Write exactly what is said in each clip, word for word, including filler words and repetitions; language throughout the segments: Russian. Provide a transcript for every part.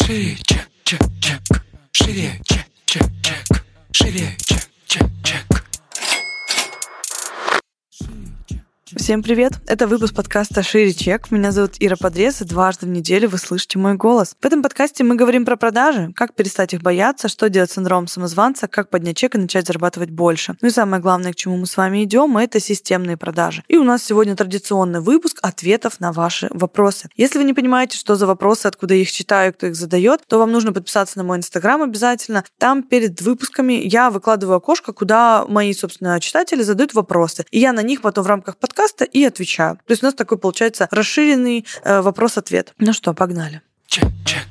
Шире, чек, чек, чек. Шире, чек, чек, чек. Шире, чек, чек, чек. Всем привет! Это выпуск подкаста «Шире чек». Меня зовут Ира Подрез, и дважды в неделю вы слышите мой голос. В этом подкасте мы говорим про продажи, как перестать их бояться, что делать с синдромом самозванца, как поднять чек и начать зарабатывать больше. Ну и самое главное, к чему мы с вами идем, это системные продажи. И у нас сегодня традиционный выпуск ответов на ваши вопросы. Если вы не понимаете, что за вопросы, откуда я их читаю, кто их задает, то вам нужно подписаться на мой инстаграм обязательно. Там перед выпусками я выкладываю окошко, куда мои, собственно, читатели задают вопросы. И я на них потом в рамках подкаста и отвечаю. То есть у нас такой получается расширенный э, вопрос-ответ. Ну что, погнали. Чек, чек.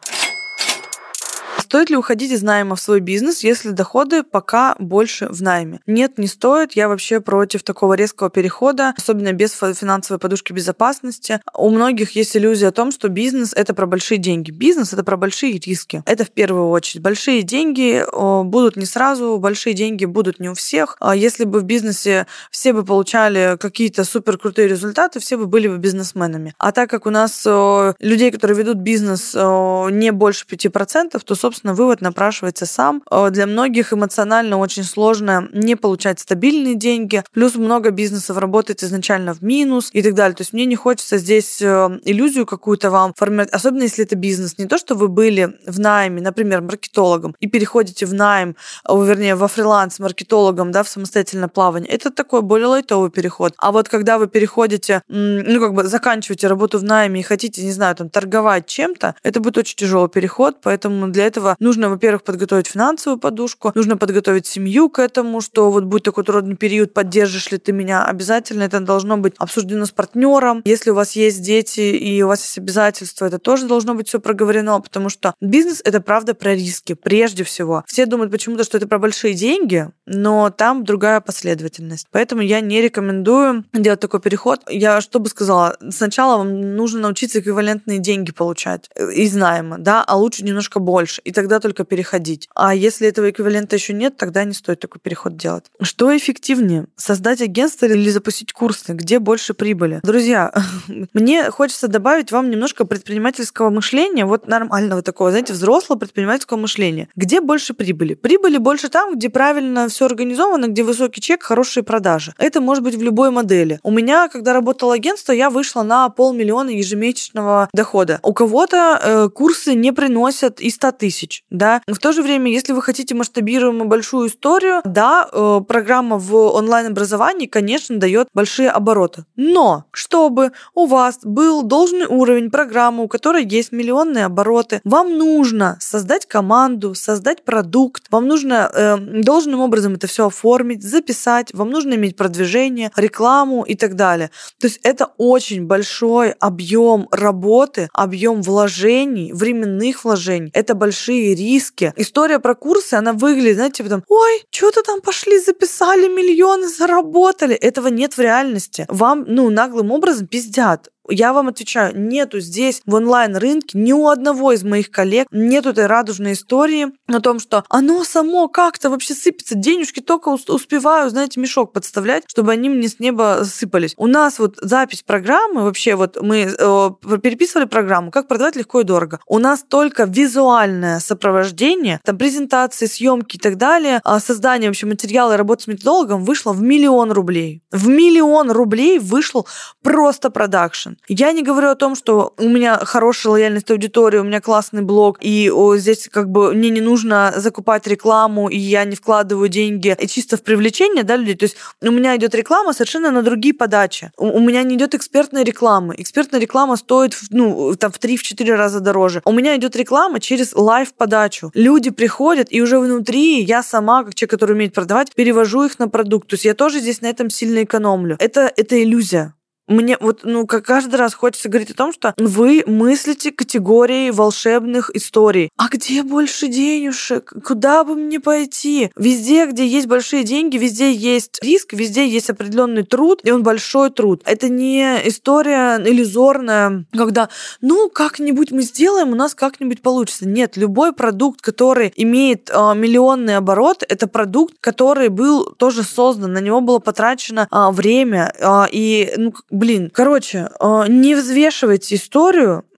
Стоит ли уходить из найма в свой бизнес, если доходы пока больше в найме? Нет, не стоит. Я вообще против такого резкого перехода, особенно без финансовой подушки безопасности. У многих есть иллюзия о том, что бизнес — это про большие деньги. Бизнес — это про большие риски. Это в первую очередь. Большие деньги будут не сразу, большие деньги будут не у всех. Если бы в бизнесе все бы получали какие-то суперкрутые результаты, все бы были бы бизнесменами. А так как у нас людей, которые ведут бизнес, не больше пяти процентов, то, собственно, вывод напрашивается сам. Для многих эмоционально очень сложно не получать стабильные деньги, плюс много бизнесов работает изначально в минус и так далее. То есть мне не хочется здесь иллюзию какую-то вам формировать, особенно если это бизнес. Не то, что вы были в найме, например, маркетологом, и переходите в найм, вернее, во фриланс маркетологом, да, в самостоятельное плавание. Это такой более лайтовый переход. А вот когда вы переходите, ну, как бы заканчиваете работу в найме и хотите, не знаю, там, торговать чем-то, это будет очень тяжелый переход, поэтому для этого нужно, во-первых, подготовить финансовую подушку, нужно подготовить семью к этому, что вот будет такой трудный период, поддержишь ли ты меня, обязательно это должно быть обсуждено с партнером. Если у вас есть дети и у вас есть обязательства, это тоже должно быть все проговорено, потому что бизнес — это правда про риски, прежде всего. Все думают почему-то, что это про большие деньги, но там другая последовательность. Поэтому я не рекомендую делать такой переход. Я что бы сказала? Сначала вам нужно научиться эквивалентные деньги получать из найма, да, а лучше немножко больше. И тогда только переходить. А если этого эквивалента еще нет, тогда не стоит такой переход делать. Что эффективнее? Создать агентство или запустить курсы? Где больше прибыли? Друзья, мне хочется добавить вам немножко предпринимательского мышления, вот нормального такого, знаете, взрослого предпринимательского мышления. Где больше прибыли? Прибыли больше там, где правильно все организовано, где высокий чек, хорошие продажи. Это может быть в любой модели. У меня, когда работало агентство, я вышла на полмиллиона ежемесячного дохода. У кого-то э, курсы не приносят и ста тысяч. Да. В то же время, если вы хотите масштабируемую большую историю, да, э, программа в онлайн-образовании, конечно, дает большие обороты. Но чтобы у вас был должный уровень программы, у которой есть миллионные обороты, вам нужно создать команду, создать продукт, вам нужно э, должным образом это все оформить, записать, вам нужно иметь продвижение, рекламу и так далее. То есть это очень большой объем работы, объем вложений, временных вложений. Это большие риски. История про курсы, она выглядит, знаете, потом, ой, что-то там пошли, записали миллионы, заработали. Этого нет в реальности. Вам, ну, наглым образом пиздят. Я вам отвечаю, нету здесь в онлайн-рынке ни у одного из моих коллег нету этой радужной истории о том, что оно само как-то вообще сыпется, денежки только успеваю, знаете, мешок подставлять, чтобы они мне с неба сыпались. У нас вот запись программы, вообще вот мы э, переписывали программу, как продавать легко и дорого. У нас только визуальное сопровождение, там презентации, съемки и так далее, создание вообще материала и работа с методологом вышло в миллион рублей. В миллион рублей вышел просто продакшн. Я не говорю о том, что у меня хорошая лояльность аудитории, у меня классный блог, и о, здесь как бы мне не нужно закупать рекламу, и я не вкладываю деньги чисто в привлечение, да, людей. То есть у меня идет реклама совершенно на другие подачи. У, у меня не идет экспертной рекламы. Экспертная реклама стоит, ну, там, в три-четыре раза дороже. У меня идет реклама через лайв-подачу. Люди приходят, и уже внутри я сама, как человек, который умеет продавать, перевожу их на продукт. То есть я тоже здесь на этом сильно экономлю. Это, это иллюзия. Мне вот, ну, как каждый раз хочется говорить о том, что вы мыслите категорией волшебных историй. А где больше денежек? Куда бы мне пойти? Везде, где есть большие деньги, везде есть риск, везде есть определенный труд, и он большой труд. Это не история иллюзорная, когда, ну, как-нибудь мы сделаем, у нас как-нибудь получится. Нет, любой продукт, который имеет э, миллионный оборот, это продукт, который был тоже создан, на него было потрачено э, время, э, и, ну, блин, короче, не взвешивайте историю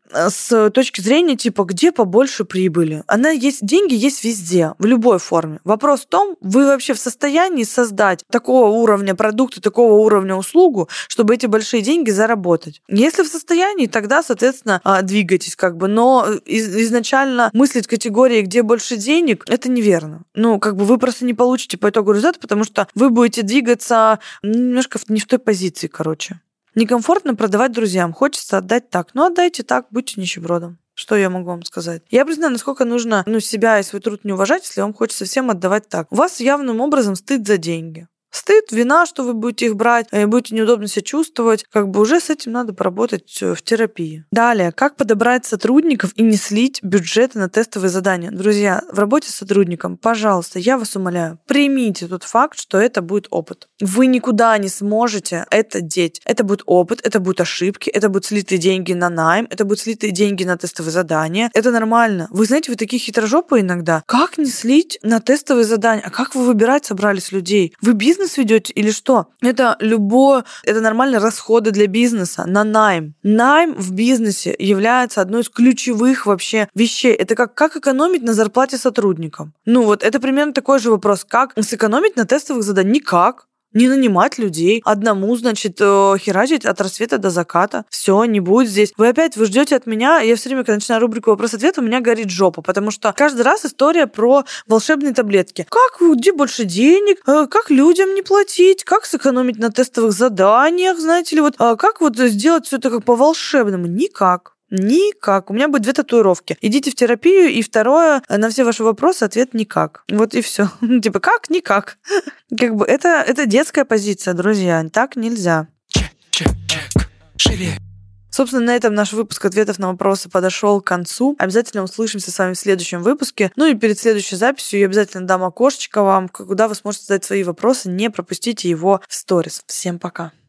с точки зрения, типа, где побольше прибыли. Она есть, деньги есть везде, в любой форме. Вопрос в том, вы вообще в состоянии создать такого уровня продукта, такого уровня услугу, чтобы эти большие деньги заработать. Если в состоянии, тогда, соответственно, двигайтесь как бы. Но изначально мыслить в категории, где больше денег, это неверно. Ну, как бы вы просто не получите по итогу результата, потому что вы будете двигаться немножко не в той позиции, короче. Некомфортно продавать друзьям, хочется отдать так. Ну, отдайте так, будьте нищебродом. Что я могу вам сказать? Я признаю, насколько нужно ну, себя и свой труд не уважать, если вам хочется всем отдавать так. У вас явным образом стыд за деньги. Стыд, вина, что вы будете их брать, будете неудобно себя чувствовать, как бы уже с этим надо поработать в терапии. Далее, как подобрать сотрудников и не слить бюджеты на тестовые задания. Друзья, в работе с сотрудником, пожалуйста, я вас умоляю, примите тот факт, что это будет опыт. Вы никуда не сможете это деть. Это будет опыт, это будут ошибки, это будут слитые деньги на найм, это будут слитые деньги на тестовые задания. Это нормально. Вы знаете, вы такие хитрожопые иногда. Как не слить на тестовые задания? А как вы выбирать собрались людей? Вы бизнес ведете или что? Это любое, это нормальные расходы для бизнеса на найм. Найм в бизнесе является одной из ключевых вообще вещей. Это как, как экономить на зарплате сотрудникам. Ну вот, это примерно такой же вопрос. Как сэкономить на тестовых заданиях? Никак. Не нанимать людей. Одному, значит, херачить от рассвета до заката. Все, не будет здесь. Вы опять, вы ждете от меня. Я все время, когда начинаю рубрику «Вопрос-ответ», у меня горит жопа, потому что каждый раз история про волшебные таблетки. Как, где больше денег? Как людям не платить? Как сэкономить на тестовых заданиях? Знаете ли, вот как вот сделать все это как по-волшебному? Никак. Никак. У меня будет две татуировки. Идите в терапию, и второе, на все ваши вопросы ответ никак. Вот и все. Типа, как? Никак. Как бы это, это детская позиция, друзья. Так нельзя. Чек, чек, чек. Шире. Собственно, на этом наш выпуск ответов на вопросы подошел к концу. Обязательно услышимся с вами в следующем выпуске. Ну и перед следующей записью я обязательно дам окошечко вам, куда вы сможете задать свои вопросы. Не пропустите его в сторис. Всем пока.